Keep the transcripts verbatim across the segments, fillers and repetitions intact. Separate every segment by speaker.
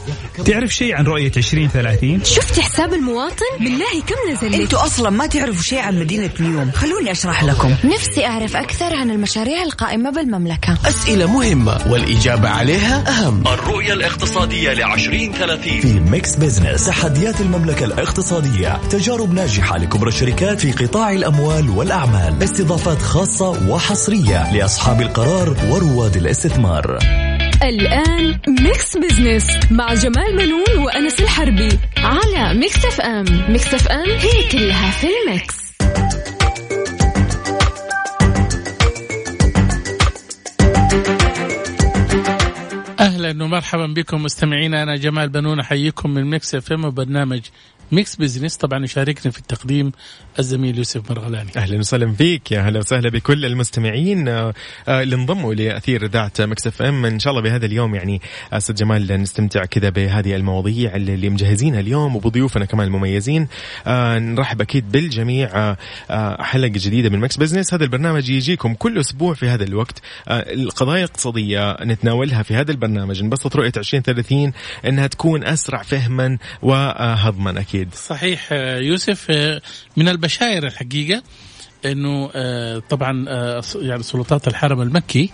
Speaker 1: تعرف شيء عن رؤية عشرين ثلاثين؟
Speaker 2: شفت حساب المواطن؟ بالله كم نزل؟
Speaker 3: انتوا أصلا ما تعرفوا شيء عن مدينة نيوم، خلوني أشرح لكم.
Speaker 2: نفسي أعرف أكثر عن المشاريع القائمة بالمملكة.
Speaker 4: أسئلة مهمة والإجابة عليها أهم.
Speaker 5: الرؤية الاقتصادية لعشرين ثلاثين
Speaker 6: في ميكس بيزنس. تحديات المملكة الاقتصادية، تجارب ناجحة لكبرى الشركات في قطاع الأموال والأعمال، استضافات خاصة وحصرية لأصحاب القرار ورواد الاستثمار.
Speaker 7: الآن ميكس بيزنس مع جمال منون وأنس الحربي على ميكس اف ام. ميكس اف ام هي كلها في الميكس.
Speaker 8: أهلا ومرحبا بكم مستمعينا، أنا جمال بنون أحييكم من ميكس اف ام وبرنامج ميكس بيزنس. طبعا يشاركنا في التقديم الزميل يوسف مرغلاني.
Speaker 9: أهلا وسهلا فيك، يا هلا وسهلا بكل المستمعين اللي انضموا لأثير إذاعة ميكس اف ام. إن شاء الله بهذا اليوم يعني أستاذ جمال نستمتع كذا بهذه المواضيع اللي مجهزينها اليوم وبضيوفنا كمان المميزين. نرحب أكيد بالجميع. حلقة جديدة من ميكس بيزنس، هذا البرنامج يجيكم كل أسبوع في هذا الوقت. القضايا الاقتصادية نتناولها في هذا البرنامج، نبسط رؤية عشرين ثلاثين إنها تكون أسرع فهما وهضما. أكيد
Speaker 8: صحيح يوسف، من البشائر الحقيقة أنه طبعا يعني سلطات الحرم المكي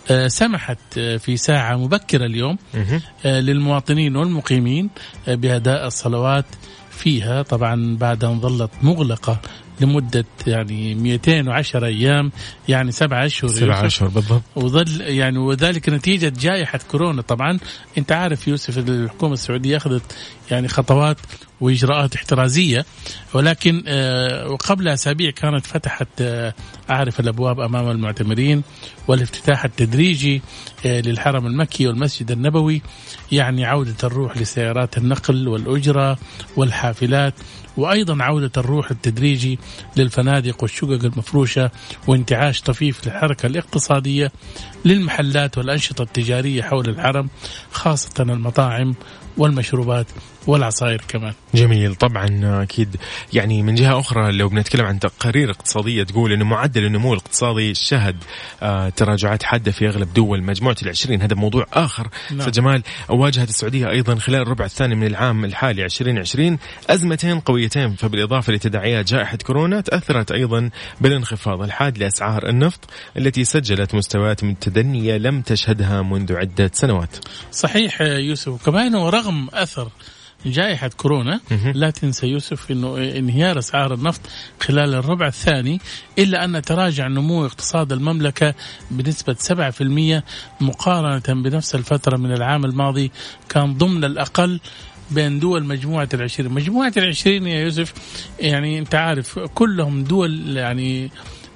Speaker 8: سمحت في ساعة مبكرة اليوم للمواطنين والمقيمين بأداء الصلوات فيها، طبعا بعد أن ظلت مغلقة لمدة يعني مئتين وعشرة أيام، يعني سبعة أشهر
Speaker 9: سبعة أشهر بالضبط.
Speaker 8: وظل يعني وذلك نتيجة جائحة كورونا. طبعا أنت عارف يوسف الحكومة السعودية أخذت يعني خطوات وإجراءات احترازية، ولكن وقبل أسابيع كانت فتحت أعرف الأبواب أمام المعتمرين، والافتتاح التدريجي للحرم المكي والمسجد النبوي، يعني عودة الروح لسيارات النقل والأجرة والحافلات، وأيضا عودة الروح التدريجي للفنادق والشقق المفروشة، وانتعاش طفيف للحركة الاقتصادية للمحلات والأنشطة التجارية حول الحرم، خاصة المطاعم والمشروبات والعصائر كمان.
Speaker 9: جميل. طبعا أكيد يعني من جهة أخرى لو بنتكلم عن تقارير اقتصادية تقول أنه معدل النمو الاقتصادي شهد آه تراجعات حادة في أغلب دول مجموعة العشرين. هذا موضوع آخر. نعم. فجمال، واجهت السعودية أيضا خلال الربع الثاني من العام الحالي عشرين عشرين أزمتين قويتين، فبالإضافة لتداعيات جائحة كورونا تأثرت أيضا بالانخفاض الحاد لأسعار النفط التي سجلت مستويات متدنية لم تشهدها منذ عدة سنوات.
Speaker 8: صحيح يوسف، وكمان ورغم أثر جائحة كورونا لا تنسى يوسف إنه انهيار أسعار النفط خلال الربع الثاني، إلا أن تراجع نمو اقتصاد المملكة بنسبة سبعة بالمئة مقارنة بنفس الفترة من العام الماضي، كان ضمن الأقل بين دول مجموعة العشرين. مجموعة العشرين يا يوسف يعني أنت عارف كلهم دول يعني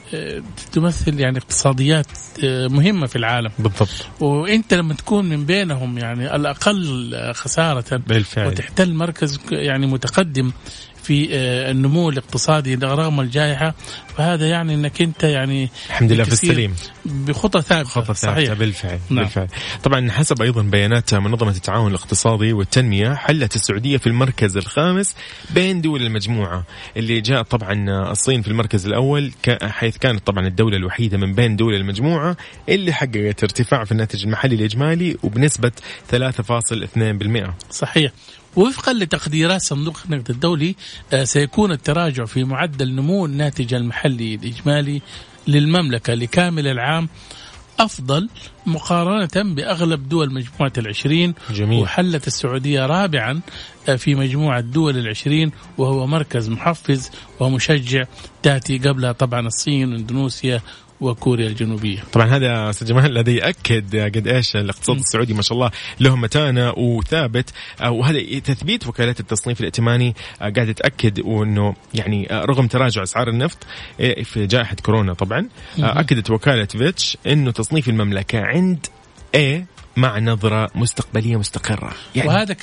Speaker 8: تمثل يعني اقتصاديات مهمة في العالم
Speaker 9: بالضبط،
Speaker 8: وانت لما تكون من بينهم يعني الأقل خسارة
Speaker 9: بالفعل،
Speaker 8: وتحتل مركز يعني متقدم في النمو الاقتصادي رغم الجائحة، فهذا يعني انك انت يعني
Speaker 9: الحمد لله في السليم
Speaker 8: بخطة ثابتة.
Speaker 9: خطة ثابتة بالفعل. نعم. بالفعل. طبعا حسب ايضا بيانات منظمة التعاون الاقتصادي والتنمية، حلت السعودية في المركز الخامس بين دول المجموعة، اللي جاء طبعا الصين في المركز الاول، حيث كانت طبعا الدولة الوحيدة من بين دول المجموعة اللي حققت ارتفاع في الناتج المحلي الاجمالي وبنسبة ثلاثة فاصلة اثنين بالمئة.
Speaker 8: صحيح. وفقا لتقديرات صندوق النقد الدولي سيكون التراجع في معدل نمو الناتج المحلي الإجمالي للمملكة لكامل العام أفضل مقارنة بأغلب دول مجموعة العشرين.
Speaker 9: جميل.
Speaker 8: وحلت السعودية رابعا في مجموعة دول العشرين، وهو مركز محفز ومشجع، تأتي قبلها طبعا الصين واندونيسيا وكوريا الجنوبية.
Speaker 9: طبعا هذا أستاذ جمال الذي يأكد قد إيش الاقتصاد السعودي ما شاء الله له متانة وثابت، وهذا تثبيت وكالة التصنيف الائتماني قاعدة تأكد، وأنه يعني رغم تراجع أسعار النفط في جائحة كورونا طبعا أكدت وكالة فيتش أنه تصنيف المملكة عند A مع نظرة مستقبلية مستقرة، يعني
Speaker 8: وهذا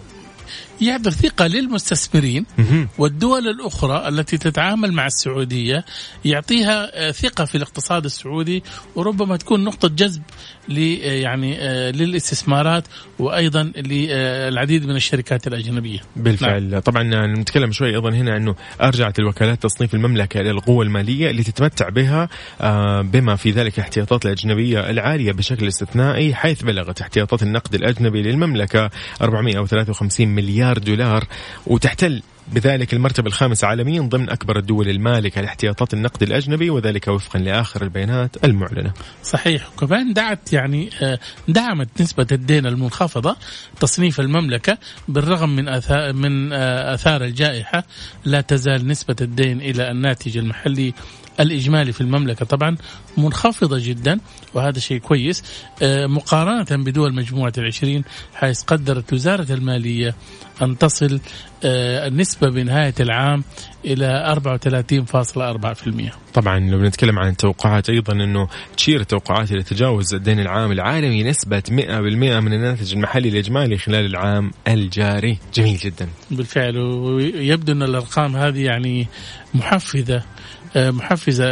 Speaker 8: يعطي ثقة للمستثمرين والدول الأخرى التي تتعامل مع السعودية، يعطيها ثقة في الاقتصاد السعودي، وربما تكون نقطة جذب يعني للاستثمارات وأيضا للعديد من الشركات الأجنبية.
Speaker 9: بالفعل. نعم. طبعا نتكلم شوي أيضا هنا أنه أرجعت الوكالات تصنيف المملكة إلى القوة المالية اللي تتمتع بها بما في ذلك الاحتياطات الأجنبية العالية بشكل استثنائي، حيث بلغت احتياطات النقد الأجنبي للمملكة أربعمائة وثلاثة وخمسين مليار دولار، وتحتل بذلك المرتبة الخامسة عالميا ضمن أكبر الدول المالكة لاحتياطات النقد الأجنبي، وذلك وفقا لآخر البيانات المعلنة.
Speaker 8: صحيح. وكمان دعت يعني دعمت نسبة الدين المنخفضة تصنيف المملكة بالرغم من آثار من آثار الجائحة. لا تزال نسبة الدين إلى الناتج المحلي الإجمالي في المملكة طبعا منخفضة جدا، وهذا شيء كويس مقارنة بدول مجموعة العشرين، حيث قدرت وزارة المالية أن تصل النسبة بنهاية العام إلى أربعة وثلاثين فاصلة أربعة بالمئة.
Speaker 9: طبعا لو بنتكلم عن التوقعات أيضا أنه تشير التوقعات إلى تجاوز الدين العام العالمي نسبة مئة بالمئة من الناتج المحلي الإجمالي خلال العام الجاري. جميل جدا.
Speaker 8: بالفعل. ويبدو أن الأرقام هذه يعني محفزة محفزة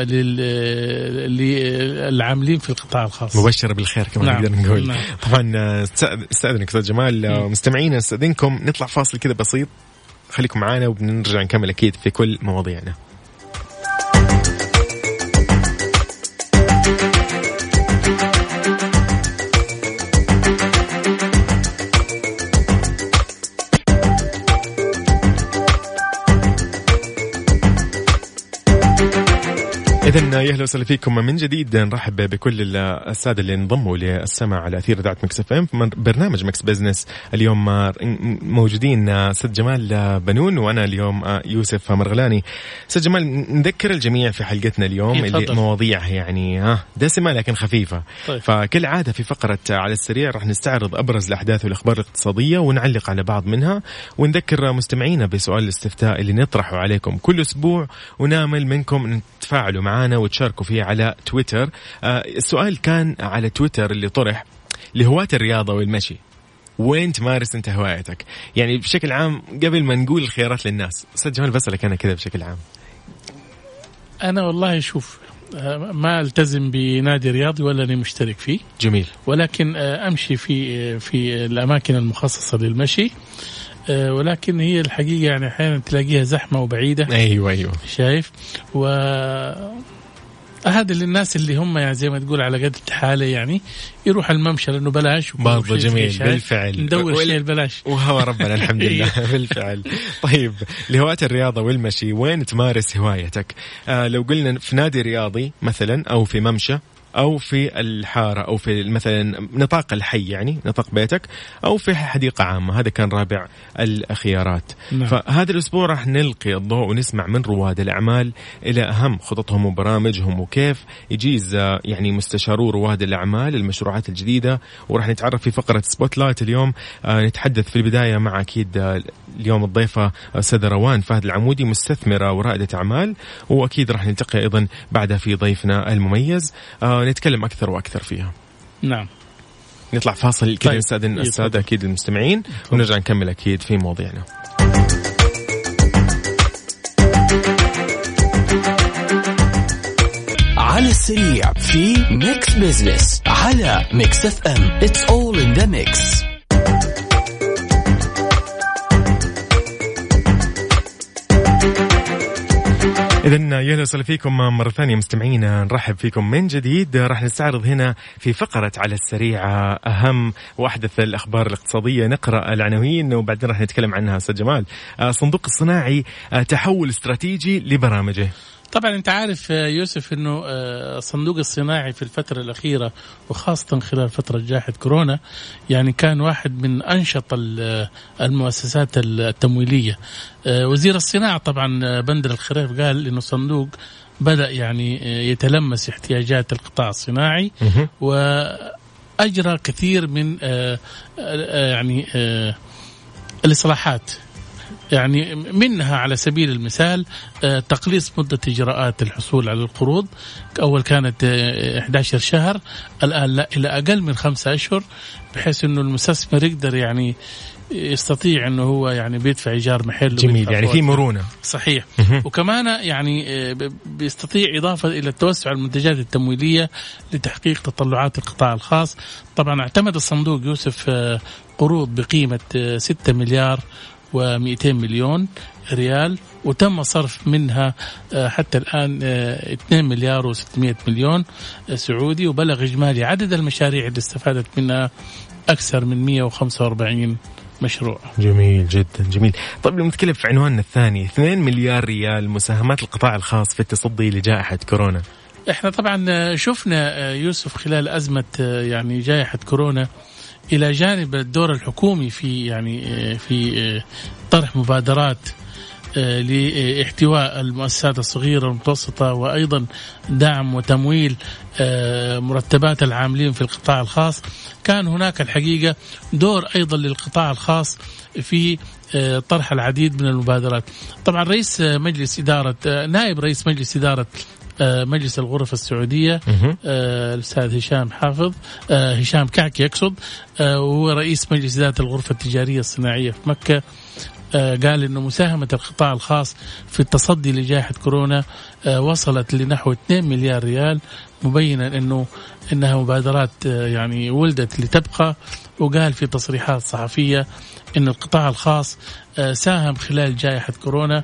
Speaker 8: للعاملين في القطاع الخاص،
Speaker 9: مبشرة بالخير كما
Speaker 8: نعم.
Speaker 9: نقدر نقول.
Speaker 8: نعم.
Speaker 9: طبعا استأذنك أستاذ جمال، مستمعينا استأذنكم نطلع فاصل كذا بسيط، خليكم معانا وبنرجع نكمل أكيد في كل مواضيعنا. إذن يا أهلا وسهلا فيكم من جديد. نرحب بكل السادة اللي انضموا للسماع على أثير إذاعة مكس اف ام في برنامج مكس بزنس. اليوم موجودين سيد جمال بنون وأنا اليوم يوسف مرغلاني. سيد جمال، نذكر الجميع في حلقتنا اليوم اللي مواضيع يعني دسمة لكن خفيفة.
Speaker 8: طيب.
Speaker 9: فكل عادة في فقرة على السريع راح نستعرض أبرز الأحداث والأخبار الاقتصادية ونعلق على بعض منها، ونذكر مستمعينا بسؤال الاستفتاء اللي نطرحه عليكم كل أسبوع، ونامل منكم أن تفاعلوا معنا وتشاركوا فيه على تويتر. آه السؤال كان على تويتر اللي طرح لهواة الرياضة والمشي، وين تمارس انت هوايتك؟ يعني بشكل عام قبل ما نقول الخيارات للناس، أستاذ جمال بسألك أنا كذا بشكل عام.
Speaker 8: أنا والله شوف ما التزم بنادي رياضي ولا أني مشترك فيه.
Speaker 9: جميل.
Speaker 8: ولكن أمشي في في الأماكن المخصصة للمشي، ولكن هي الحقيقة يعني أحيانا تلاقيها زحمة وبعيدة.
Speaker 9: أيوة أيوة
Speaker 8: شايف. و هذا للناس اللي هم يعني زي ما تقول على قد الحالة، يعني يروح الممشى لأنه بلاش.
Speaker 9: برضه جميل. بالفعل.
Speaker 8: ندور شيء البلاش
Speaker 9: وهو ربنا الحمد لله. بالفعل. طيب لهواة الرياضة والمشي وين تمارس هوايتك؟ آه لو قلنا في نادي رياضي مثلا، أو في ممشى، أو في الحارة، أو في مثلا نطاق الحي يعني نطاق بيتك، أو في حديقة عامة. هذا كان رابع الخيارات.
Speaker 8: نعم.
Speaker 9: فهذا الأسبوع راح نلقي الضوء ونسمع من رواد الأعمال إلى أهم خططهم وبرامجهم وكيف يجيز يعني مستشارو رواد الأعمال المشروعات الجديدة. وراح نتعرف في فقرة سبوت لايت اليوم. آه نتحدث في البداية مع أكيد آه اليوم الضيفة أستاذة روان فهد العمودي، مستثمرة ورائدة أعمال، وأكيد راح نلتقي أيضا بعدها في ضيفنا المميز آه نتكلم أكثر وأكثر فيها.
Speaker 8: نعم.
Speaker 9: نطلع فاصل كده.
Speaker 8: طيب.
Speaker 9: نستأذن السادة أكيد المستمعين ونرجع نكمل أكيد في مواضيعنا.
Speaker 4: على السريع في ميكس بزنس على ميكس اف ام. It's all in the mix.
Speaker 9: إذن يا أهلا وسهلا فيكم مرة ثانية مستمعينا، نرحب فيكم من جديد. راح نستعرض هنا في فقرة على السريع أهم وأحدث الأخبار الاقتصادية. نقرأ العناوين وبعدين راح نتكلم عنها. أستاذ جمال، الصندوق الصناعي تحول استراتيجي لبرامجه.
Speaker 8: طبعا أنت عارف يوسف أنه الصندوق الصناعي في الفترة الأخيرة وخاصة خلال فترة جائحة كورونا يعني كان واحد من أنشط المؤسسات التمويلية. وزير الصناعة طبعا بندر الخريف قال أنه الصندوق بدأ يعني يتلمس احتياجات القطاع الصناعي وأجرى كثير من يعني الإصلاححات، يعني منها على سبيل المثال تقليص مدة إجراءات الحصول على القروض. أول كانت إحدى عشر شهر، الآن لا إلى أقل من خمسة أشهر، بحيث أنه المستثمر يقدر يعني يستطيع أنه هو يعني بيدفع إيجار محل.
Speaker 9: جميل، يعني في مرونة.
Speaker 8: صحيح. وكمان يعني بيستطيع إضافة إلى التوسع المنتجات التمويلية لتحقيق تطلعات القطاع الخاص. طبعا اعتمد الصندوق يوسف قروض بقيمة ستة مليار ومئتين مليون ريال، وتم صرف منها حتى الآن اثنين مليار وستمائة مليون سعودي، وبلغ إجمالي عدد المشاريع اللي استفادت منها أكثر من مئة وخمسة وأربعين مشروع.
Speaker 9: جميل جدا، جميل. طيب لما نتكلم في عنواننا الثاني، اثنين مليار ريال مساهمات القطاع الخاص في التصدي لجائحة كورونا.
Speaker 8: احنا طبعا شفنا يوسف خلال أزمة يعني جائحة كورونا إلى جانب الدور الحكومي في يعني في طرح مبادرات لاحتواء المؤسسات الصغيرة والمتوسطة، وأيضا دعم وتمويل مرتبات العاملين في القطاع الخاص. كان هناك الحقيقة دور أيضا للقطاع الخاص في طرح العديد من المبادرات. طبعا رئيس مجلس إدارة نائب رئيس مجلس إدارة مجلس الغرف السعودية الأستاذ هشام حافظ هشام كعك يقصد، وهو رئيس مجلس إدارة الغرفة التجارية الصناعية في مكة، قال إنه مساهمة القطاع الخاص في التصدي لجائحة كورونا وصلت لنحو اثنين مليار ريال، مبينا إنه إنها مبادرات يعني ولدت لتبقى. وقال في تصريحات صحفية إن القطاع الخاص ساهم خلال جائحة كورونا،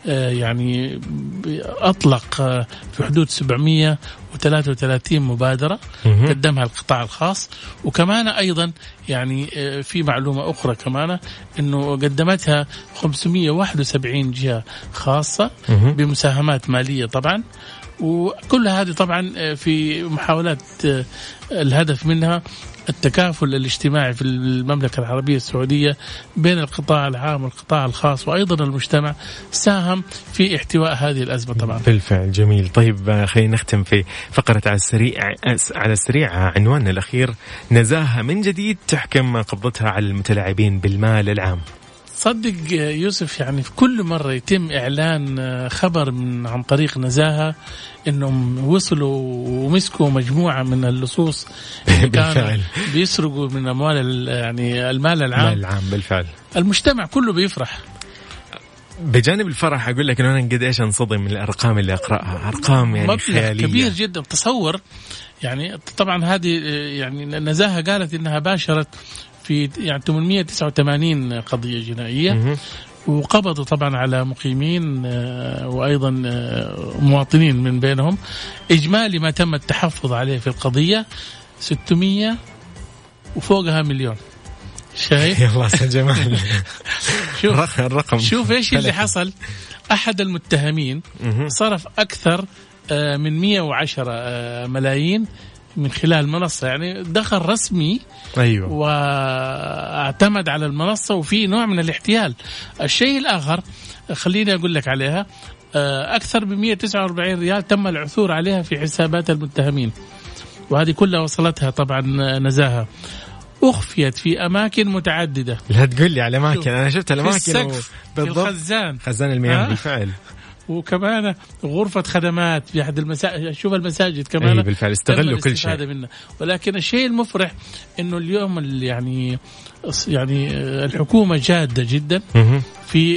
Speaker 8: يعني أطلق في حدود سبعمائة وثلاثة وثلاثين مبادرة قدمها القطاع الخاص. وكمان أيضا يعني في معلومة أخرى كمان إنه قدمتها خمسمائة وواحد وسبعين جهة خاصة بمساهمات مالية طبعا. وكل هذه طبعا في محاولات الهدف منها التكافل الاجتماعي في المملكة العربية السعودية بين القطاع العام والقطاع الخاص، وأيضا المجتمع ساهم في احتواء هذه الأزمة طبعا.
Speaker 9: بالفعل. جميل. طيب خلينا نختم في فقرة على السريع على السريع عنواننا الأخير، نزاهة من جديد تحكم قبضتها على المتلاعبين بالمال العام.
Speaker 8: صدق يوسف، يعني في كل مرة يتم إعلان خبر من عن طريق نزاهة إنهم وصلوا ومسكوا مجموعة من اللصوص اللي كانوا بيسرقوا من أموال يعني المال العام.
Speaker 9: المال العام بالفعل.
Speaker 8: المجتمع كله بيفرح.
Speaker 9: بجانب الفرح أقول لك إنه أنا قد إيش أنصدم من الأرقام اللي أقرأها، أرقام يعني خيالية
Speaker 8: كبير جدا. تصور يعني طبعا هذه يعني نزاهة قالت إنها باشرت في يعني ثمانمائة وتسعة وثمانين قضية جنائية، وقبضوا طبعا على مقيمين وأيضا مواطنين من بينهم. إجمالي ما تم التحفظ عليه في القضية ستمائة وفوقها مليون. شايف؟
Speaker 9: يلا سجمال.
Speaker 8: شوف
Speaker 9: الرقم.
Speaker 8: شوف إيش اللي حصل. أحد المتهمين صرف أكثر من مئة وعشرة ملايين من خلال منصة، يعني دخل رسمي.
Speaker 9: أيوة.
Speaker 8: واعتمد على المنصة، وفي نوع من الاحتيال. الشيء الآخر خليني أقول لك عليها، أكثر من مئة وتسعة وأربعين ريال تم العثور عليها في حسابات المتهمين، وهذه كلها وصلتها طبعا نزاهة. أخفيت في أماكن متعددة.
Speaker 9: لا تقول لي على أماكن، أنا شفت الأماكن.
Speaker 8: في السقف، في الخزان،
Speaker 9: خزان المياه بالفعل.
Speaker 8: وكمان غرفة خدمات في أحد المساجد. شوف المساجد كمان.
Speaker 9: أي بالفعل استغلوا كل شيء
Speaker 8: منه. ولكن الشيء المفرح إنه اليوم اللي يعني يعني الحكومة جادة جدا في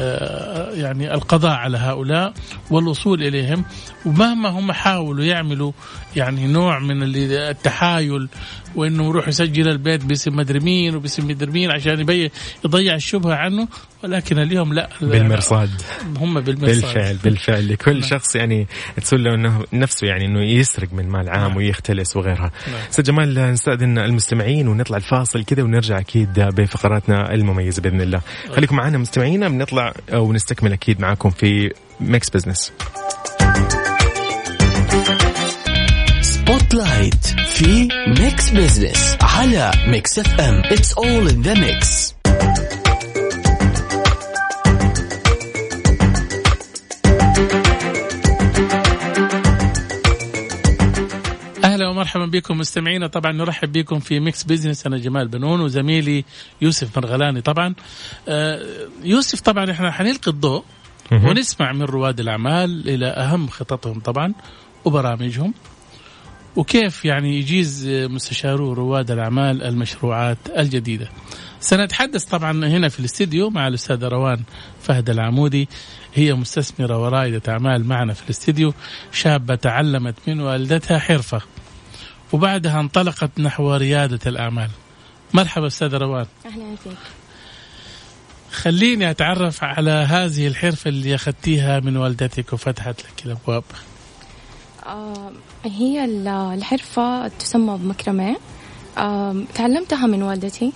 Speaker 8: يعني القضاء على هؤلاء والوصول إليهم. ومهما هم حاولوا يعملوا يعني نوع من التحايل، وإنه يروح يسجل البيت باسم مدري مين وباسم مدري مين عشان يبي يضيع الشبهة عنه، ولكن اليوم لا،
Speaker 9: بالمرصاد.
Speaker 8: هم بالمرصاد.
Speaker 9: بالفعل بالفعل. لكل شخص يعني تسول له إنه نفسه يعني إنه يسرق من مال عام ويختلس وغيرها. سيد جمال نستأذن المستمعين ونطلع الفاصل كذا ونرجع أكيد بفقراتنا المميزة بإذن الله. خليكم معنا مستمعينا، بنطلع ونستكمل أكيد معكم في ميكس بزنس.
Speaker 4: سبوت لايت في ميكس بزنس على ميكس اف ام. It's all in the mix.
Speaker 8: أهلا ومرحبا بكم مستمعينا. طبعا نرحب بكم في ميكس بيزنس. أنا جمال بنون وزميلي يوسف مرغلاني. طبعا يوسف طبعا إحنا حنلقي الضوء ونسمع من رواد الأعمال إلى أهم خططهم طبعا وبرامجهم، وكيف يعني يجيز مستشارو رواد الأعمال المشروعات الجديدة. سنتحدث طبعا هنا في الاستديو مع الأستاذة روان فهد العمودي، هي مستثمرة ورائدة أعمال معنا في الاستديو، شابة تعلمت من والدتها حرفة وبعدها انطلقت نحو ريادة الأعمال. مرحبا أستاذة روان.
Speaker 10: أهلا فيك.
Speaker 8: خليني أتعرف على هذه الحرفة اللي أخذتيها من والدتك وفتحت لك الأبواب.
Speaker 10: آه هي الحرفة تسمى بمكرمة. آه تعلمتها من والدتي،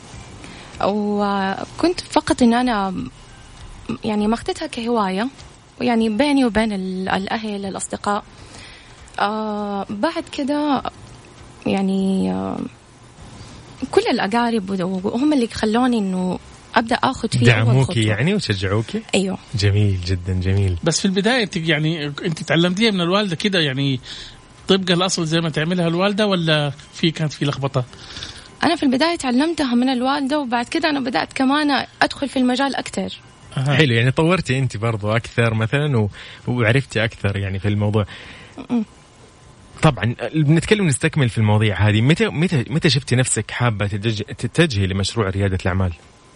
Speaker 10: وكنت فقط إن أنا يعني ما أخذتها كهواية، يعني بيني وبين الأهل الأصدقاء. آه بعد كده يعني آه كل الأقارب وهم اللي خلوني إنه أبدأ أخذ فيه.
Speaker 9: دعموكي يعني وشجعوكي؟
Speaker 10: أيوه.
Speaker 9: جميل جدا جميل.
Speaker 8: بس في البداية أنت يعني أنت تعلمتيها من الوالدة كده يعني طبق الأصل زي ما تعملها الوالدة، ولا في كانت في لخبطة؟
Speaker 10: أنا في البداية تعلمتها من الوالدة، وبعد كده أنا بدأت كمان أدخل في المجال أكتر.
Speaker 9: أه. حلو، يعني طورتي أنت برضو أكثر مثلا و... وعرفتي أكثر يعني في الموضوع. م- طبعا بنتكلم نستكمل في المواضيع هذه. متى متى متى شفتي نفسك حابة تتجهي لمشروع ريادة الأعمال؟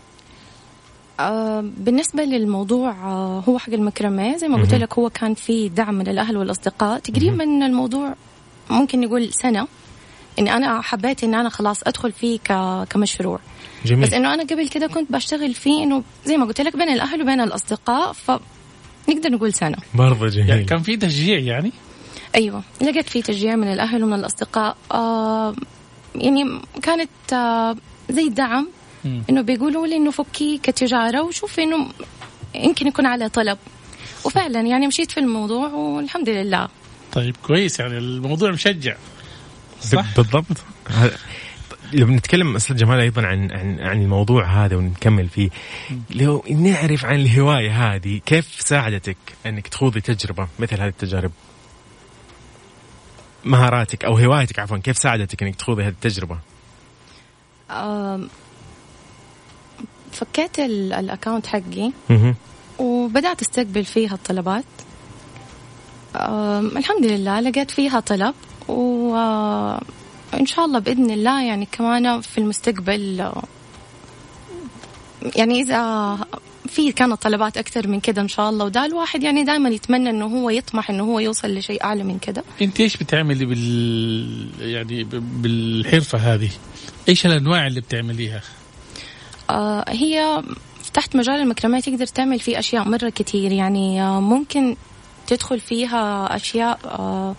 Speaker 10: آه بالنسبة للموضوع آه هو حق المكرمة زي ما قلت لك، هو كان في دعم من الأهل والأصدقاء تقريبا. الموضوع ممكن نقول سنة إن أنا حبيت إن أنا خلاص أدخل فيه كمشروع. جميل. بس إنه أنا قبل كده كنت بشتغل فيه إنه زي ما قلت لك بين الأهل وبين الأصدقاء، فنقدر نقول سنة.
Speaker 9: برضه جميل.
Speaker 8: يعني كان في تشجيع يعني؟
Speaker 10: أيوة، لقيت في تشجيع من الأهل ومن الأصدقاء. آه يعني كانت آه زي دعم، إنه بيقولوا لي إنه فكي كتجارة وشوفي إنه يمكن يكون على طلب، وفعلا يعني مشيت في الموضوع والحمد لله.
Speaker 8: طيب كويس، يعني الموضوع مشجع. صح
Speaker 9: بالضبط. لو بنتكلم أستاذ جمال أيضا عن عن عن الموضوع هذا ونكمل فيه، لو نعرف عن الهواية هذه كيف ساعدتك أنك تخوضي تجربة مثل هذه التجارب؟ مهاراتك أو هوايتك عفوا كيف ساعدتك أنك تخوضي هذه التجربة؟
Speaker 10: فكيت الأكاونت حقي وبدأت استقبل فيها الطلبات. الحمد لله لقيت فيها طلب، وإن شاء الله بإذن الله يعني كمان في المستقبل يعني إذا في كانت طلبات أكثر من كده إن شاء الله. وده الواحد يعني دائما يتمنى إنه هو يطمح إنه هو يوصل لشيء أعلى من كده.
Speaker 8: أنت إيش بتعملي بال يعني بالحرفة هذه؟ إيش الأنواع اللي بتعمليها؟
Speaker 10: آه هي تحت مجال المكرمات تقدر تعمل فيه أشياء مرة كتير. يعني آه ممكن تدخل فيها أشياء آه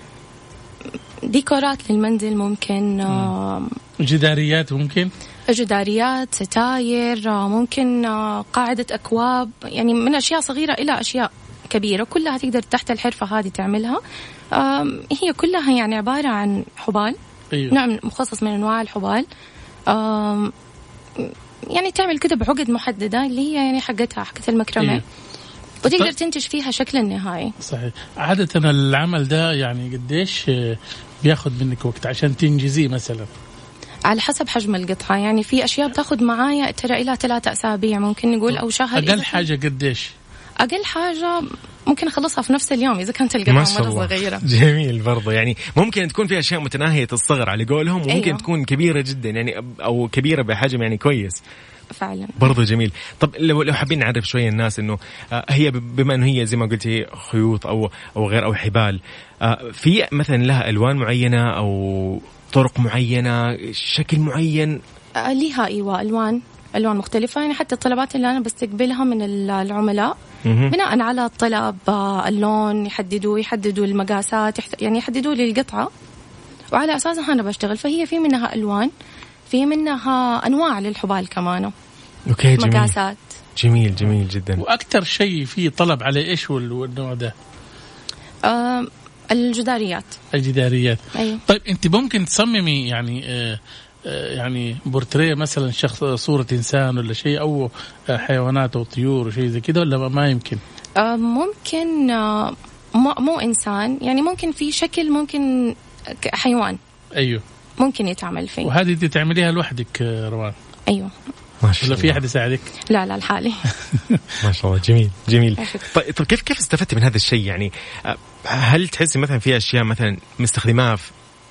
Speaker 10: ديكورات للمنزل، ممكن آه
Speaker 8: جداريات، ممكن
Speaker 10: جداريات، ستاير، آه ممكن آه قاعدة أكواب، يعني من أشياء صغيرة إلى أشياء كبيرة كلها تقدر تحت الحرفة هذه تعملها. آه هي كلها يعني عبارة عن حبال. أيوه. نوع مخصص من أنواع الحبال. آه يعني تعمل كده بعقد محددة اللي هي يعني حقتها حقت المكرمة. إيه. وتقدر تنتج فيها شكل النهائي.
Speaker 8: صحيح. عادة العمل ده يعني قديش بياخد منك وقت عشان تنجزيه مثلا؟
Speaker 10: على حسب حجم القطعة، يعني في أشياء بتاخد معايا ترى إلى ثلاثة أسابيع ممكن نقول أو شهر.
Speaker 8: أقل حاجة قديش؟
Speaker 10: أقل حاجة ممكن أخلصها في نفس اليوم إذا كانت القطعة مرة صغيرة.
Speaker 9: جميل برضه، يعني ممكن تكون في أشياء متناهية الصغر على قولهم، وممكن أيوه. تكون كبيرة جدا يعني أو كبيرة بحجم يعني كويس
Speaker 10: فعلا.
Speaker 9: برضه جميل. طب لو لو حابين نعرف شوية الناس إنه هي بما إنه هي زي ما قلتي خيوط أو أو غير أو حبال، في مثلا لها ألوان معينة أو طرق معينة، شكل معين؟
Speaker 10: لها أيوة ألوان ألوان مختلفة. يعني حتى الطلبات اللي أنا بستقبلها من العملاء بناء على الطلب اللون يحددوا يحددوا المقاسات، يعني يحددوا لي القطعة وعلى أساسها أنا بشتغل. فهي في منها ألوان، في منها أنواع للحبال كمان.
Speaker 9: أوكي جميل.
Speaker 10: مقاسات.
Speaker 9: جميل جميل جدا.
Speaker 8: وأكتر شيء فيه طلب على إيش والنوع ده؟
Speaker 10: آه الجداريات.
Speaker 8: الجداريات.
Speaker 10: أيوه.
Speaker 8: طيب أنت ممكن تصممي يعني آه يعني بورتريه مثلا شخص، صورة إنسان ولا شيء، أو حيوانات أو طيور وشيء زي كده، ولا ما يمكن؟
Speaker 10: آه ممكن آه مو, مو إنسان، يعني ممكن في شكل ممكن حيوان.
Speaker 8: أيوه
Speaker 10: ممكن يتعمل فيه.
Speaker 8: وهذه دي تعمليها لوحدك روان؟
Speaker 10: أيوه.
Speaker 9: ما شاء
Speaker 8: الله. ولا في أحد يساعدك؟
Speaker 10: لا لا الحالي.
Speaker 9: ما شاء الله جميل جميل. طيب طب كيف كيف استفدت من هذا الشيء؟ يعني هل تحسي مثلا في أشياء مثلا مستخدماها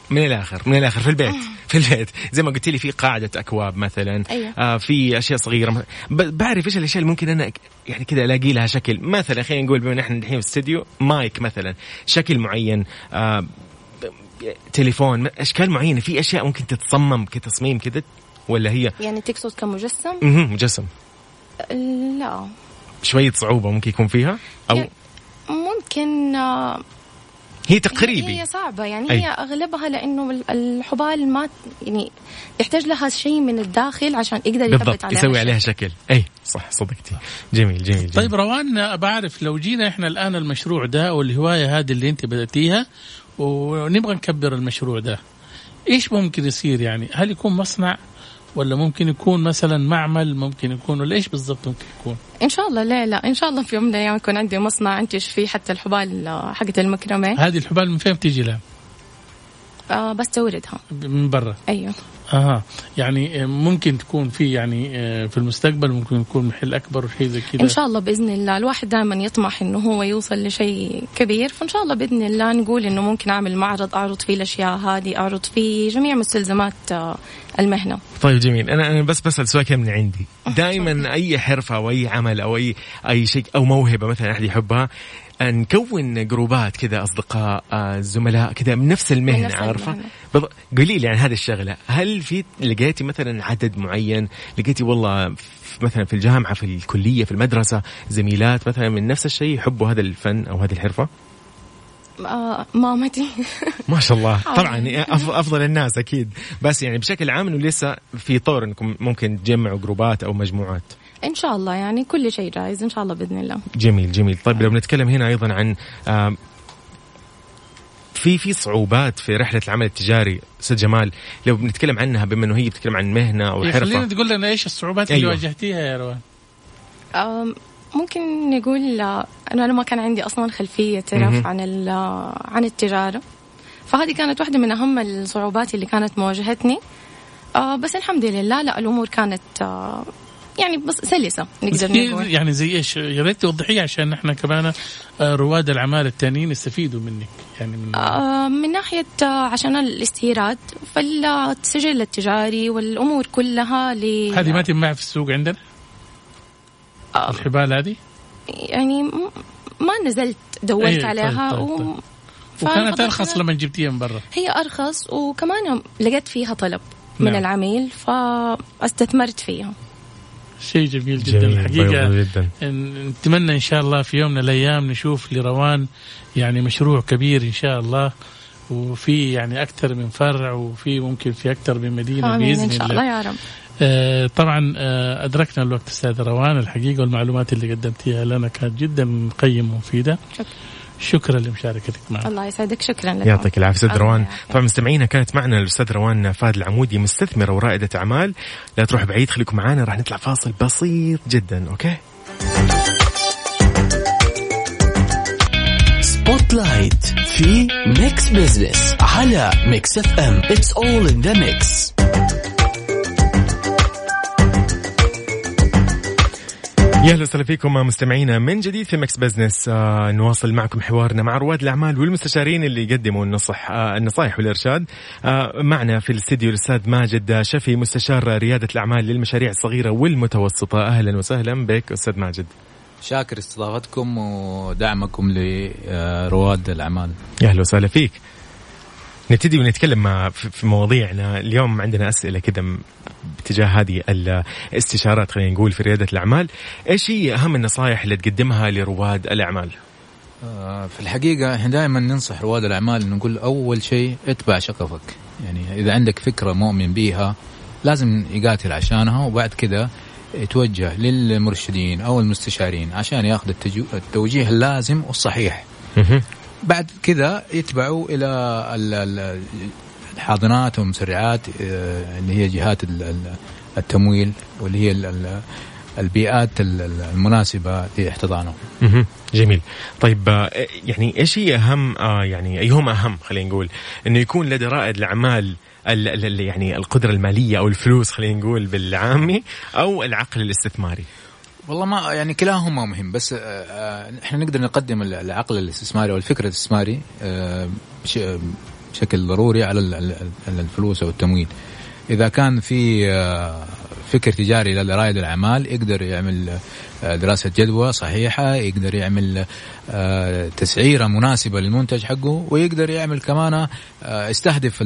Speaker 9: من الآخر من الآخر في البيت في البيت زي ما قلت لي في قاعدة أكواب مثلا.
Speaker 10: أيوة.
Speaker 9: آه في أشياء صغيرة بعرف إيش الأشياء اللي ممكن أنا يعني كده ألاقي لها شكل. مثلا خلينا نقول بما نحن الحين في استوديو مايك مثلا شكل معين، آه تليفون أشكال معينة، في أشياء ممكن تتصمم كتصميم كده ولا هي
Speaker 10: يعني تقصد كمجسم؟
Speaker 9: مهم. مجسم
Speaker 10: لا
Speaker 9: شوية صعوبة ممكن يكون فيها أو
Speaker 10: يعني ممكن آه
Speaker 9: هي تقريبي
Speaker 10: هي صعبة يعني.
Speaker 9: أي.
Speaker 10: هي أغلبها لأنه الحبال ما يعني يحتاج لها شيء من الداخل عشان يقدر يثبت عليها
Speaker 9: يسوي عليها شكل. أي صح صدقتي. جميل جميل, جميل.
Speaker 8: طيب روان بعرف لو جينا إحنا الآن المشروع ده والهواية هذه اللي أنت بدأتيها ونبغى نكبر المشروع ده، إيش ممكن يصير يعني؟ هل يكون مصنع ولا ممكن يكون مثلا معمل، ممكن يكون ولا إيش بالضبط ممكن يكون؟
Speaker 10: إن شاء الله لا لا إن شاء الله في يوم من الأيام يكون عندي مصنع أنتج فيه حتى الحبال حقت المكرمة.
Speaker 8: هذه الحبال من فين بتيجي لها؟
Speaker 10: آه بستوردها
Speaker 8: من برا.
Speaker 10: أيوه.
Speaker 8: اها يعني ممكن تكون في يعني في المستقبل ممكن يكون محل اكبر وشيء زي كذا
Speaker 10: ان شاء الله باذن الله. الواحد دائما يطمح انه هو يوصل لشيء كبير، فان شاء الله باذن الله نقول انه ممكن اعمل معرض اعرض فيه الاشياء هذه، اعرض فيه جميع مستلزمات المهنه.
Speaker 9: طيب جميل. انا انا بس بسال سؤال من عندي. دائما اي حرفه او اي عمل او اي اي شيء او موهبه مثلا احد يحبها نكون جروبات كذا أصدقاء زملاء كذا من نفس المهنة من عارفة بض... قولي لي عن هذه الشغلة. هل في لقيتي مثلا عدد معين، لقيتي والله مثلا في الجامعة في الكلية في المدرسة زميلات مثلا من نفس الشيء يحبوا هذا الفن أو هذه الحرفة؟
Speaker 10: آه مامتي
Speaker 9: ما شاء الله طبعا أفضل الناس أكيد، بس يعني بشكل عام إنه لسه في طور إنكم ممكن تجمعوا جروبات أو مجموعات.
Speaker 10: إن شاء الله يعني كل شيء جاهز إن شاء الله بإذن الله.
Speaker 9: جميل جميل. طيب لو بنتكلم هنا أيضا عن في في صعوبات في رحلة العمل التجاري أستاذ جمال، لو بنتكلم عنها بما إنه هي بتتكلم عن مهنة أو حرفة،
Speaker 8: خلينا تقول لنا إيش الصعوبات
Speaker 9: أيوة.
Speaker 8: اللي واجهتيها يا روان؟
Speaker 10: ممكن نقول أنه أنا ما كان عندي أصلا خلفية تعرف عن عن التجارة، فهذه كانت واحدة من أهم الصعوبات اللي كانت مواجهتني. بس الحمد لله لا الأمور كانت يعني بس سلسة نقدر نقول.
Speaker 8: يعني زي إيش؟ يا ريت توضحيه عشان نحن كمان رواد الأعمال التانيين يستفيدوا منك يعني من,
Speaker 10: آه من ناحية عشان الاستيراد فالسجل التجاري والأمور كلها ل
Speaker 8: هذه ما تنباع في السوق عندنا آه الحبال هذه
Speaker 10: يعني ما نزلت دورت
Speaker 8: أيه
Speaker 10: عليها.
Speaker 8: طيب طيب طيب. و... وكانت أرخص لما جبتيها من برا.
Speaker 10: هي أرخص وكمان لقيت فيها طلب من نعم. العميل فاستثمرت فيها.
Speaker 8: شيء جميل جدا الحقيقة. نتمنى إن شاء الله في يوم من الأيام نشوف لروان يعني مشروع كبير إن شاء الله، وفي يعني أكثر من فرع وفي ممكن في أكثر من مدينة بإذن
Speaker 10: إن شاء الله يا رب.
Speaker 8: آه طبعا آه أدركنا الوقت أستاذ روان الحقيقة، والمعلومات اللي قدمتيها لنا كانت جدا قيمة ومفيدة. شكرا. شكرا لمشاركتك معنا.
Speaker 10: الله يسعدك. شكرا لك.
Speaker 9: يعطيك العافية أستاذ روان. طبعا مستمعينا كانت معنا الأستاذ روان فهد العمودي مستثمرة ورائدة أعمال. لا تروح بعيد خليكم معنا، راح نطلع فاصل بسيط جدا. أوكي
Speaker 4: سبوت لايت في ميكس بزنس على ميكس اف ام. It's all in the mix.
Speaker 9: يا اهلا وسهلا فيكم مستمعينا من جديد في ميكس بزنس. آه نواصل معكم حوارنا مع رواد الاعمال والمستشارين اللي يقدموا النصح آه النصائح والارشاد. آه معنا في الاستديو الاستاذ ماجد شفي مستشار رياده الاعمال للمشاريع الصغيره والمتوسطه. اهلا وسهلا بك استاذ ماجد.
Speaker 11: شاكر استضافتكم ودعمكم لرواد الاعمال.
Speaker 9: يا اهلا وسهلا فيك. نبتدي ونتكلم في مواضيعنا اليوم. عندنا أسئلة كذا باتجاه هذه الاستشارات خلينا نقول في ريادة الأعمال. إيش هي أهم النصائح اللي تقدمها لرواد الأعمال؟
Speaker 11: في الحقيقة إحنا دائما ننصح رواد الأعمال نقول أول شيء اتبع شغفك. يعني إذا عندك فكرة مؤمن بيها لازم يقاتل عشانها، وبعد كده يتوجه للمرشدين أو المستشارين عشان يأخذ التوجيه اللازم والصحيح. بعد كذا يتبعوا إلى الحاضنات والمسرعات اللي هي جهات التمويل واللي هي البيئات المناسبة لاحتضانهم.
Speaker 9: جميل. طيب يعني إيش هي أهم يعني أيهم أهم خلينا نقول إنه يكون لدى رائد الأعمال يعني القدرة المالية أو الفلوس خلينا نقول بالعامي أو العقل الاستثماري؟
Speaker 11: والله ما يعني كلاهما مهم، بس احنا نقدر نقدم العقل الاستثماري او الفكر الاستثماري بشكل ضروري على الفلوس أو التمويل. إذا كان في فكر تجاري لرائد الأعمال يقدر يعمل دراسة جدوى صحيحة، يقدر يعمل تسعيرة مناسبة للمنتج حقه، ويقدر يعمل كمان يستهدف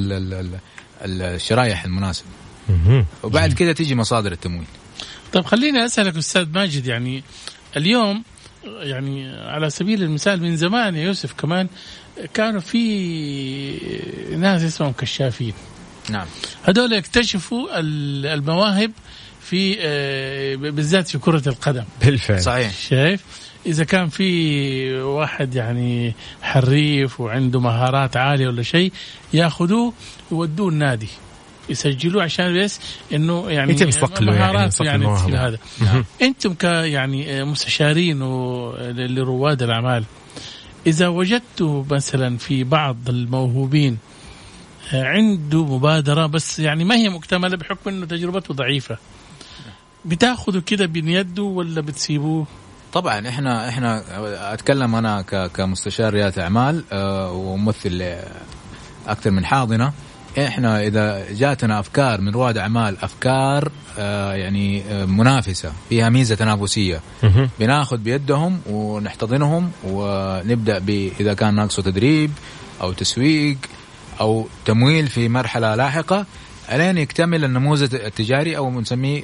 Speaker 11: الشرائح المناسبة، وبعد كده تيجي مصادر التمويل.
Speaker 8: طيب خليني أسألك أستاذ ماجد، يعني اليوم يعني على سبيل المثال من زمان يا يوسف كمان كانوا في ناس اسمهم كشافين. نعم. هذول يكتشفوا المواهب في بالذات في كرة القدم.
Speaker 9: بالفعل.
Speaker 11: صحيح.
Speaker 8: شايف إذا كان في واحد يعني حريف وعنده مهارات عالية ولا شيء يأخذوه ويودوه النادي يسجلوه عشان بس إنه يعني مهارات يعني, يعني في هذا. نعم. أنتم ك يعني مستشارين لرواد الأعمال، إذا وجدتوا مثلا في بعض الموهوبين عنده مبادرة بس يعني ما هي مكتملة بحكم أنه تجربته ضعيفة، بتاخذوا كده بين يده ولا بتسيبوه؟
Speaker 11: طبعا احنا احنا اتكلم انا كمستشار ريادة اعمال وممثل اكثر من حاضنة. احنا اذا جاتنا افكار من رواد اعمال، افكار يعني منافسة فيها ميزة تنافسية، بناخذ بيدهم ونحتضنهم ونبدأ ب اذا كان ناقصه تدريب او تسويق أو تمويل في مرحلة لاحقة ألين يكتمل النموذج التجاري أو بنسميه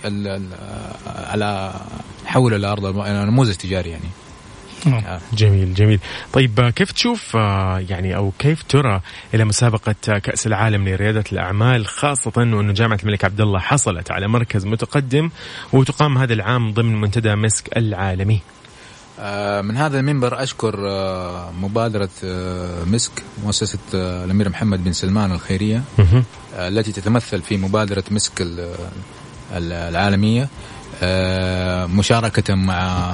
Speaker 11: على حول الأرض نموذج تجاري يعني.
Speaker 9: آه. جميل جميل. طيب كيف تشوف يعني أو كيف ترى إلى مسابقة كأس العالم لريادة الأعمال، خاصة أنه جامعة الملك عبد الله حصلت على مركز متقدم وتقام هذا العام ضمن منتدى مسك العالمي؟
Speaker 11: من هذا المنبر أشكر مبادرة مسك مؤسسة الأمير محمد بن سلمان الخيرية التي تتمثل في مبادرة مسك العالمية، مشاركة مع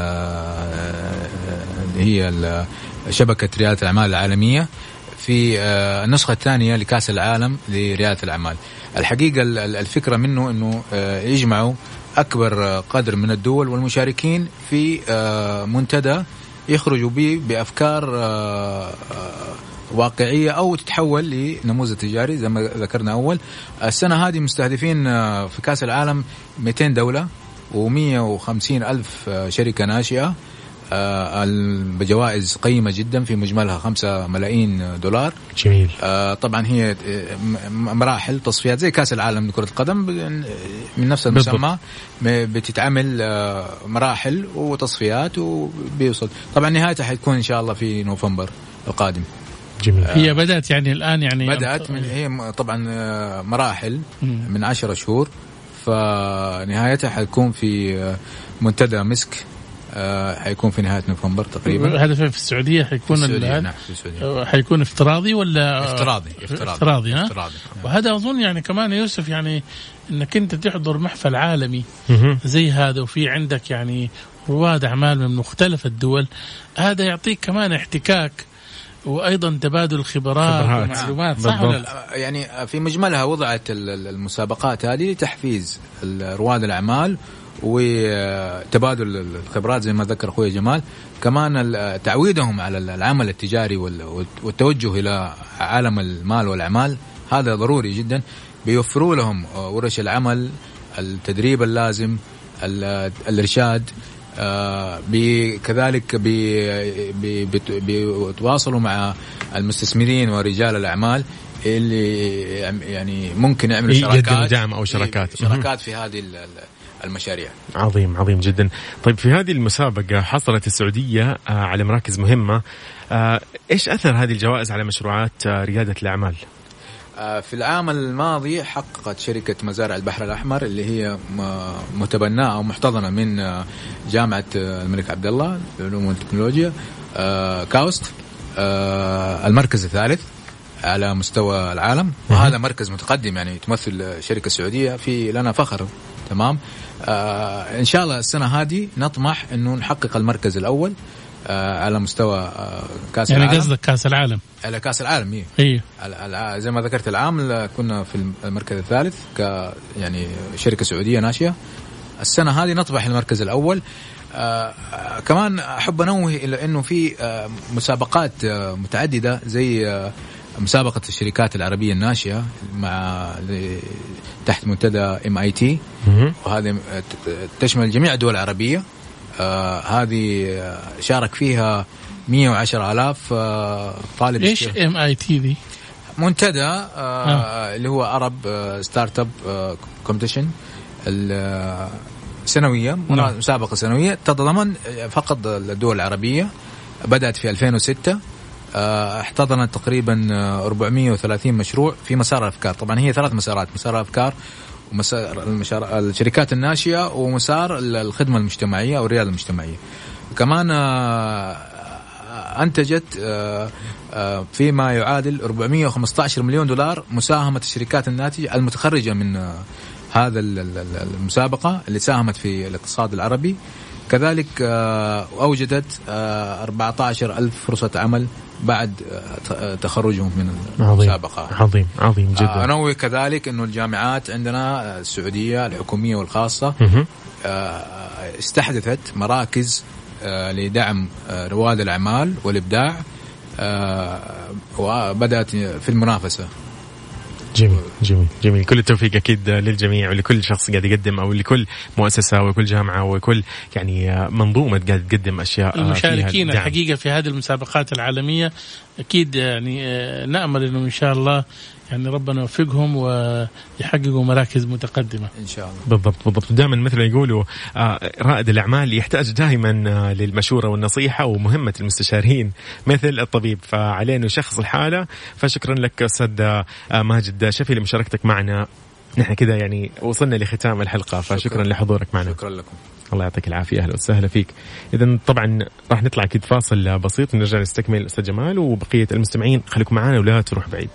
Speaker 11: هي شبكة ريادة الأعمال العالمية في النسخة الثانية لكأس العالم لريادة الأعمال. الحقيقة الفكرة منه أنه يجمعوا أكبر قدر من الدول والمشاركين في منتدى يخرجوا به بأفكار واقعية أو تتحول لنموذج تجاري زي ما ذكرنا أول. السنة هذه مستهدفين في كأس العالم مئتين دولة ومئة وخمسين ألف شركة ناشئة بجوائز قيمة جدا في مجملها خمسة ملايين دولار.
Speaker 9: جميل.
Speaker 11: طبعا هي مراحل تصفيات زي كأس العالم لكرة القدم من نفس المسمى، بتتعمل مراحل وتصفيات وبيوصل. طبعا نهايتها حتكون إن شاء الله في نوفمبر القادم.
Speaker 8: جميل. هي بدأت يعني الآن يعني
Speaker 11: بدأت من هي طبعا مراحل من عشرة شهور، فنهايتها حتكون في منتدى مسك حيكون في نهاية نوفمبر تقريبا.
Speaker 8: هذا في السعودية حيكون في السعودية. نعم في السعودية. حيكون افتراضي ولا
Speaker 11: افتراضي افتراضي,
Speaker 8: افتراضي ها؟
Speaker 11: افتراضي.
Speaker 8: وهذا أظن يعني كمان يوسف يعني إنك أنت تحضر محفل عالمي زي هذا وفي عندك يعني رواد أعمال من مختلف الدول، هذا يعطيك كمان احتكاك وأيضا تبادل الخبرات ومعلومات. صح ولا لا؟
Speaker 11: يعني في مجملها وضعت المسابقات هذه لتحفيز رواد الأعمال وتبادل الخبرات زي ما ذكر أخوي جمال، كمان تعويدهم على العمل التجاري والتوجه إلى عالم المال والأعمال. هذا ضروري جدا، بيوفروا لهم ورش العمل، التدريب اللازم، الإرشاد، كذلك بيتواصلوا مع المستثمرين ورجال الأعمال اللي يعني ممكن يعملوا شراكات
Speaker 9: دعم أو شراكات
Speaker 11: شراكات في هذه المشاريع.
Speaker 9: عظيم عظيم جدا. طيب في هذه المسابقة حصلت السعودية على مراكز مهمة، إيش أثر هذه الجوائز على مشروعات ريادة الأعمال؟
Speaker 11: في العام الماضي حققت شركة مزارع البحر الأحمر اللي هي متبناة أو محتضنة من جامعة الملك عبد الله للعلوم والتكنولوجيا كاوست المركز الثالث على مستوى العالم، وهذا مركز متقدم يعني تمثل شركة سعودية في لنا فخر. تمام. إن شاء الله السنة هذه نطمح إنه نحقق المركز الأول على مستوى كأس
Speaker 8: يعني
Speaker 11: العالم.
Speaker 8: يعني قصدك كأس العالم؟
Speaker 11: على كأس العالم إيه.
Speaker 8: إيه.
Speaker 11: زي ما ذكرت العام كنا في المركز الثالث ك يعني شركة سعودية ناشئة. السنة هذه نطمح المركز الأول. آه كمان أحب أنوه إلى أنه في آه مسابقات آه متعددة زي آه مسابقة الشركات العربية الناشئة مع تحت منتدى إم آي تي، وهذه تشمل جميع الدول العربية. آه هذه شارك فيها مئة وعشرة آلاف آه طالب.
Speaker 8: إيش إم آي تي دي؟
Speaker 11: منتدى آه آه. اللي هو عرب آه ستارت اب آه كومبيتيشن السنوية، مسابقة سنوية تتضمن فقط الدول العربية. بدأت في ألفين وستة، احتضنت تقريبا أربعمئة وثلاثين مشروع في مسار الأفكار. طبعا هي ثلاث مسارات: مسار الأفكار، ومسار المشار... الشركات الناشئة، ومسار الخدمة المجتمعية أو الريادة المجتمعية. كمان أنتجت فيما يعادل أربعمئة وخمسة عشر مليون دولار مساهمة الشركات الناتجة المتخرجة من هذا المسابقة اللي ساهمت في الاقتصاد العربي. كذلك أوجدت أربعة عشر ألف فرصة عمل بعد تخرجهم من المسابقة.
Speaker 9: عظيم عظيم جدا.
Speaker 11: أنوه كذلك أنه الجامعات عندنا السعودية الحكومية والخاصة استحدثت مراكز لدعم رواد الأعمال والإبداع، وبدأت في المنافسة.
Speaker 9: جميل جميل جميل. كل التوفيق أكيد للجميع ولكل شخص قاعد يقدم، أو لكل مؤسسة وكل جامعة وكل يعني منظومة قاعد تقدم أشياء.
Speaker 8: المشاركين الحقيقة في هذه المسابقات العالمية أكيد يعني نأمل إنه إن شاء الله يعني ربنا يوفقهم ويحققوا مراكز متقدمة
Speaker 11: إن شاء الله.
Speaker 9: بالضبط بالضبط. دائما مثل يقولوا رائد الأعمال يحتاج دائما للمشورة والنصيحة، ومهمة المستشارين مثل الطبيب، فعلينا شخص الحالة. فشكرا لك أستاذ ماجد شفي لمشاركتك معنا. نحن كذا يعني وصلنا لختام الحلقة، فشكرا شكرا لحضورك معنا.
Speaker 11: شكرا لكم.
Speaker 9: الله يعطيك العافية. أهلا وسهلا فيك. إذن طبعا راح نطلع كده فاصل بسيط، نرجع نستكمل أستاذ جمال وبقية المستمعين. خليكم معنا ولا تروح بعيد.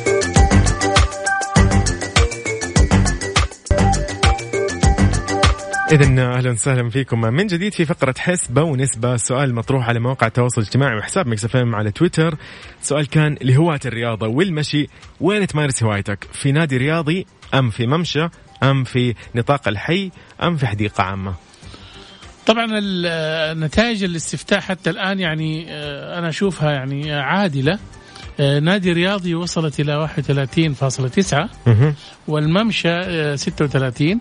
Speaker 9: إذن أهلا وسهلا فيكم من جديد في فقرة حسبة ونسبة. سؤال مطروح على مواقع التواصل الاجتماعي وحساب ميكس إف إم على تويتر. سؤال كان: لهواة الرياضة والمشي وين تمارس هوايتك؟ في نادي رياضي أم في ممشى أم في نطاق الحي أم في حديقة عامة؟
Speaker 8: طبعا النتائج الاستفتاء حتى الآن يعني أنا أشوفها يعني عادلة. نادي رياضي وصلت إلى واحد وثلاثين فاصلة تسعة والممشى ستة وثلاثين،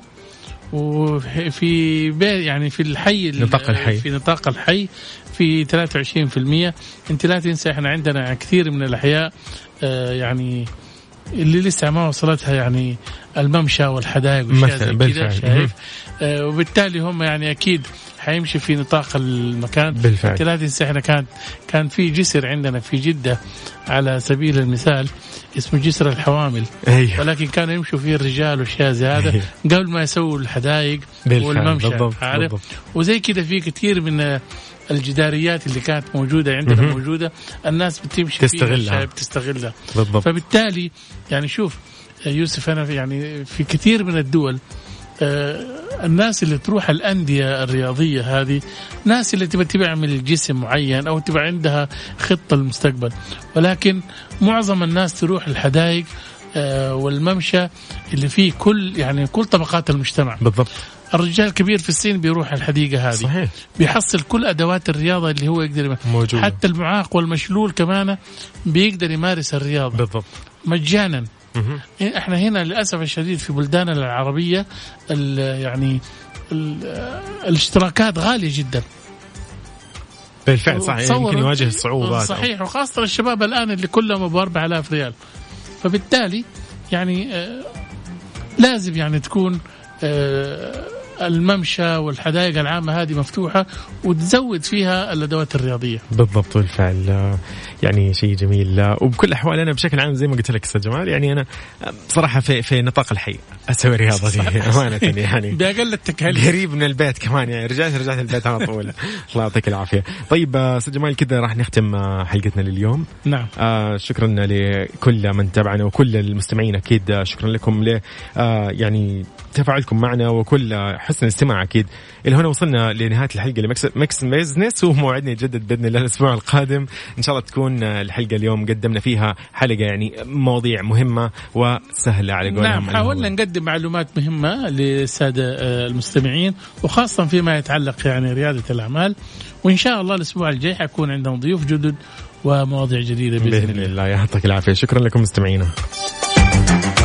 Speaker 8: وفي يعني في الحي
Speaker 9: نطاق الحي
Speaker 8: في نطاق الحي في ثلاثة وعشرين بالمئة. انت لا تنسى احنا عندنا كثير من الأحياء يعني اللي لسه ما وصلتها يعني الممشى والحدائق والشيء كذا شايف. آه وبالتالي هم يعني أكيد حيمشي في نطاق المكان بالفعل. لا تنسى احنا كان كان في جسر عندنا في جدة على سبيل المثال اسمه جسر الحوامل.
Speaker 9: أيوه.
Speaker 8: ولكن كانوا يمشوا فيه الرجال والشيء زي هذا. أيوه. قبل ما يسووا الحدائق والممشى.
Speaker 9: بالضبط.
Speaker 8: عارف
Speaker 9: بالضبط.
Speaker 8: وزي كده في كثير من الجداريات اللي كانت موجودة عندنا م-م. موجودة الناس بتمشي
Speaker 9: تستغلها
Speaker 8: بتستغلها.
Speaker 9: بالضبط.
Speaker 8: فبالتالي يعني شوف يوسف أنا يعني في كثير من الدول آه الناس اللي تروح الأندية الرياضية هذه ناس اللي تبى تعمل جسم معين أو تبى عندها خطة للمستقبل، ولكن معظم الناس تروح الحدائق آه والممشى اللي فيه كل يعني كل طبقات المجتمع.
Speaker 9: بالضبط.
Speaker 8: الرجال الكبير في السن بيروح الحديقة هذه.
Speaker 9: صحيح.
Speaker 8: بيحصل كل أدوات الرياضة اللي هو يقدر
Speaker 9: موجودة.
Speaker 8: حتى المعاق والمشلول كمان بيقدر يمارس الرياضة.
Speaker 9: بالضبط.
Speaker 8: مجانا. م- احنا هنا للأسف الشديد في بلداننا العربية ال يعني ال الاشتراكات غالية جدا.
Speaker 9: بالفعل صحيح يمكن يواجه الصعوبات.
Speaker 8: صحيح أو. وخاصة الشباب الآن اللي كلهم أبو أربعة آلاف ريال. فبالتالي يعني آه لازم يعني تكون آه الممشى والحدائق العامة هذه مفتوحة وتزود فيها الأدوات الرياضية.
Speaker 9: بالضبط. بالفعل يعني شيء جميل. وبكل الأحوال أنا بشكل عام زي ما قلت لك أستاذ جمال يعني أنا بصراحة في في نطاق الحي أسوي رياضة دي أمانة يعني
Speaker 8: بأقل التكاليف
Speaker 9: قريب من البيت كمان يعني رجعت رجعت البيت على طول. الله يعطيك العافية. طيب أستاذ جمال كذا راح نختم حلقتنا لليوم.
Speaker 8: نعم.
Speaker 9: آه شكرا لكل من تابعنا وكل المستمعين أكيد شكرا لكم ل آه يعني تفاعلكم معنا وكل حسن الاستماع. أكيد إلى هنا وصلنا لنهاية الحلقة لمكس بيزنس وموعدنا يتجدد بإذن الله الأسبوع القادم إن شاء الله. تكون الحلقة اليوم قدمنا فيها حلقة يعني مواضيع مهمة وسهلة على قولهم.
Speaker 8: نعم حاولنا نقدم معلومات مهمة للسادة المستمعين وخاصة فيما يتعلق يعني ريادة الأعمال. وإن شاء الله الأسبوع الجاي حيكون عندنا ضيوف جدد ومواضيع جديدة بإذن,
Speaker 9: بإذن الله. يعطيك العافية. شكرا لكم مستمعينا.